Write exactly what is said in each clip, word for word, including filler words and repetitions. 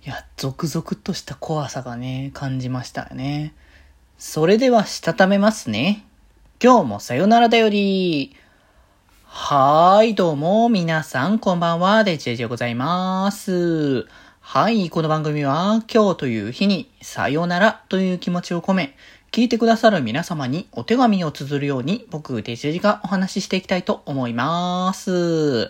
いや、続々とした怖さがね、感じましたよね。それでは、したためますね。今日もさよならだより。はーい、どうも、皆さん、こんばんは、デジェジでございます。はい、この番組は、今日という日に、さよならという気持ちを込め、聞いてくださる皆様にお手紙を綴るように、僕、デジェジがお話ししていきたいと思います。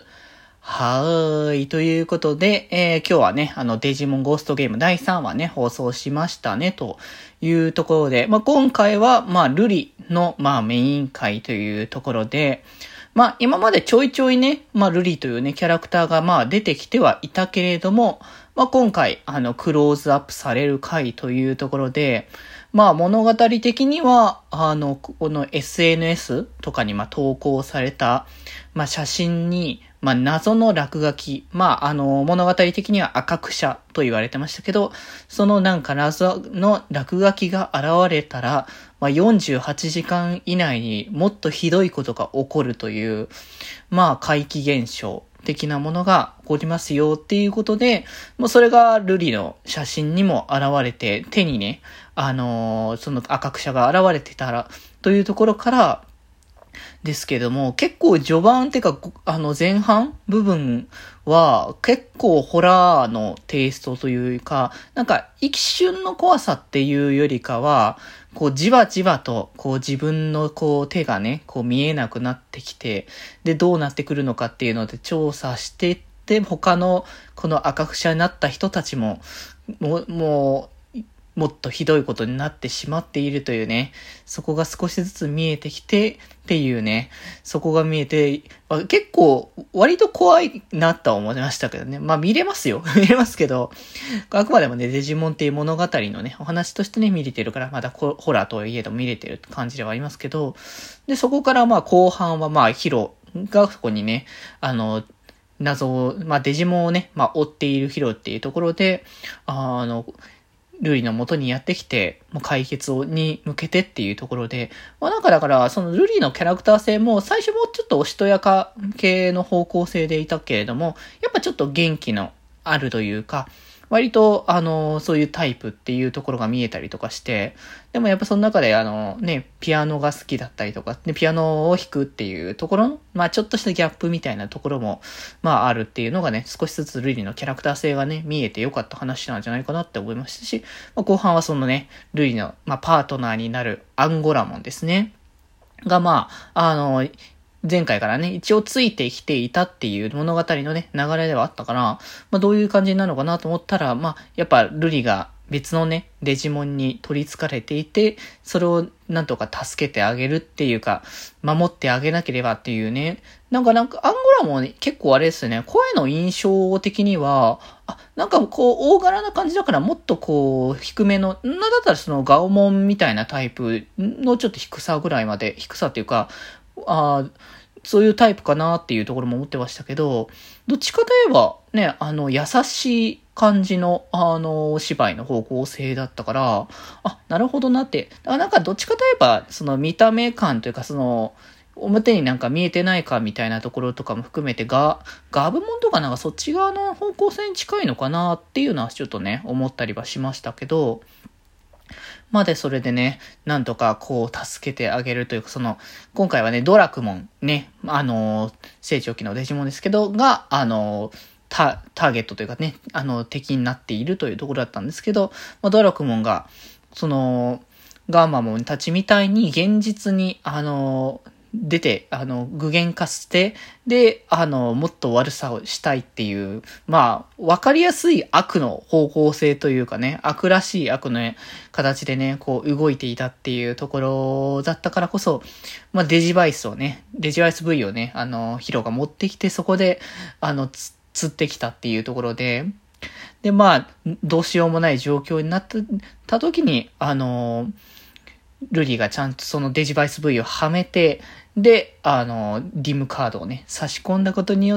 はーい。ということで、えー、今日はね、あの、デジモンゴーストゲームだいさんわね、放送しましたね、というところで、まあ、今回は、まあ、ルリの、まあ、メイン回というところで、まあ、今までちょいちょいね、まあ、ルリというね、キャラクターが、まあ、出てきてはいたけれども、まあ、今回、あの、クローズアップされる回というところで、まあ、物語的には、あの、この エスエヌエス とかに、まあ、投稿された、まあ、写真に、まあ、謎の落書き。まあ、あの、物語的には赤くしゃと言われてましたけど、そのなんか謎の落書きが現れたら、まあ、よんじゅうはちじかん以内にもっとひどいことが起こるという、まあ、怪奇現象的なものが起こりますよっていうことで、もうそれがルリの写真にも現れて、手にね、あのー、その赤くしゃが現れてたら、というところから、ですけども、結構序盤ってか、あの前半部分は結構ホラーのテイストというか、なんか一瞬の怖さっていうよりかは、こうじわじわとこう自分のこう手がね、こう見えなくなってきて、でどうなってくるのかっていうので調査していって、他のこの赤くしゃになった人たちも、もう、もう、もっとひどいことになってしまっているというね、そこが少しずつ見えてきてっていうね、そこが見えて、結構割と怖いなとは思いましたけどね。まあ見れますよ。見れますけど、あくまでもね、デジモンっていう物語のね、お話としてね、見れてるから、まだホラーといえど見れてる感じではありますけど、で、そこからまあ後半はまあヒロがそこにね、あの、謎を、まあデジモンをね、まあ追っているヒロっていうところで、あの、ルリの元にやってきて、もう解決に向けてっていうところで、まあなんかだから、そのルリのキャラクター性も最初もちょっとおしとやか系の方向性でいたけれども、やっぱちょっと元気のあるというか、割と、あの、そういうタイプっていうところが見えたりとかして、でもやっぱその中で、あの、ね、ピアノが好きだったりとか、で、ピアノを弾くっていうところの、まあちょっとしたギャップみたいなところも、まああるっていうのがね、少しずつルリのキャラクター性がね、見えてよかった話なんじゃないかなって思いましたし、まあ、後半はそのね、ルリの、まあパートナーになるアンゴラモンですね。が、まあ、あの、前回からね、一応ついてきていたっていう物語のね、流れではあったから、まあどういう感じになるのかなと思ったら、まあやっぱルリが別のね、デジモンに取り憑かれていて、それをなんとか助けてあげるっていうか、守ってあげなければっていうね、なんかなんかアンゴラもね、結構あれですね、声の印象的には、あ、なんかこう大柄な感じだからもっとこう低めの、なんだったらそのガオモンみたいなタイプのちょっと低さぐらいまで、低さっていうか、あそういうタイプかなっていうところも思ってましたけど、どっちかといえばね、あの、優しい感じの、あの、芝居の方向性だったから、あ、なるほどなって。だからなんかどっちかといえば、その見た目感というか、その、表になんか見えてないかみたいなところとかも含めてガ、ガブモンとかなんかそっち側の方向性に近いのかなっていうのはちょっとね、思ったりはしましたけど、までそれでね、なんとかこう助けてあげるというか、その、今回はね、ドラクモンね、あのー、成長期のデジモンですけど、が、あのー、タ、ターゲットというかね、あの、敵になっているというところだったんですけど、まあ、ドラクモンが、その、ガンマモンたちみたいに現実に、あのー、出て、あの、具現化して、で、あの、もっと悪さをしたいっていう、まあ、わかりやすい悪の方向性というかね、悪らしい悪の形でね、こう動いていたっていうところだったからこそ、まあ、デジバイスをね、デジバイス V をね、あの、ヒロが持ってきて、そこで、あの、つ、釣ってきたっていうところで、で、まあ、どうしようもない状況になった時に、あの、ルリがちゃんとそのデジバイス V をはめて、で、あの、ディムカードをね、差し込んだことによって、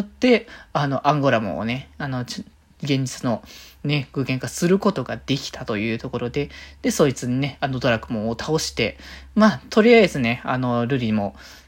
あの、アンゴラモンをね、あの、現実のね、具現化することができたというところで、で、そいつにね、あのドラクモンを倒して、まあ、とりあえずね、あの、ルリも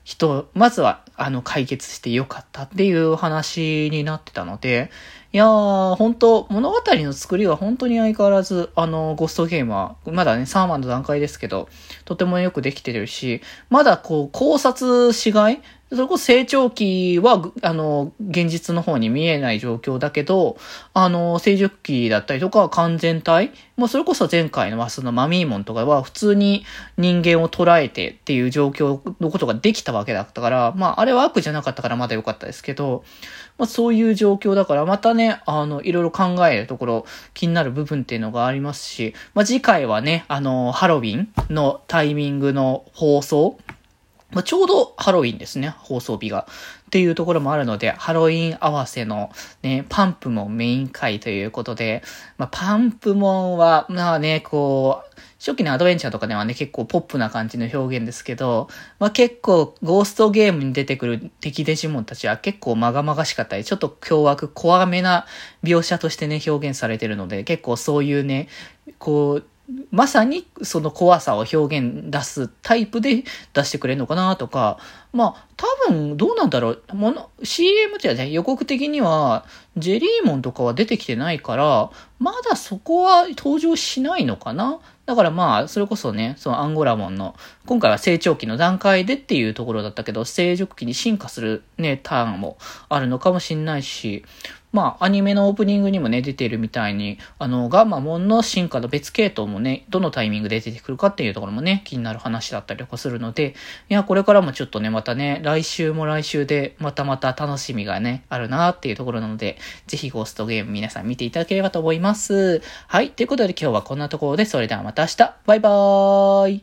人、まずは、あの、解決してよかったっていう話になってたので、いやー、本当物語の作りは本当に相変わらず、あの、ゴーストゲームは、まだね、さんわの段階ですけど、とてもよくできてるし、まだこう、考察しがいそれこそ成長期は、あの、現実の方に見えない状況だけど、あの、成熟期だったりとか完全体もうそれこそ前回のそのマミーモンとかは普通に人間を捉えてっていう状況のことができたわけだったから、まあ、あれは悪じゃなかったからまだ良かったですけど、まあ、そういう状況だからまたね、あの、いろいろ考えるところ気になる部分っていうのがありますし、まあ、次回はね、あの、ハロウィンのタイミングの放送、まあ、ちょうどハロウィンですね、放送日が。っていうところもあるので、ハロウィン合わせのね、パンプモンメイン回ということで、まあ、パンプモンは、まあね、こう、初期のアドベンチャーとかではね、結構ポップな感じの表現ですけど、まあ、結構ゴーストゲームに出てくる敵デジモンたちは結構まがまがしかったり、ちょっと凶悪、怖めな描写としてね、表現されてるので、結構そういうね、こう、まさにその怖さを表現出すタイプで出してくれるのかなとか、まあ多分どうなんだろう、もの シーエム じゃね、予告的にはジェリーモンとかは出てきてないから、まだそこは登場しないのかな。だからまあそれこそね、そのアンゴラモンの今回は成長期の段階でっていうところだったけど、成熟期に進化するねターンもあるのかもしれないし、まあ、アニメのオープニングにもね、出ているみたいに、あの、ガンマモンの進化の別系統もね、どのタイミングで出てくるかっていうところもね、気になる話だったりとかするので、いや、これからもちょっとね、またね、来週も来週で、またまた楽しみがね、あるなっていうところなので、ぜひゴーストゲーム皆さん見ていただければと思います。はい、ということで今日はこんなところで、それではまた明日、バイバーイ。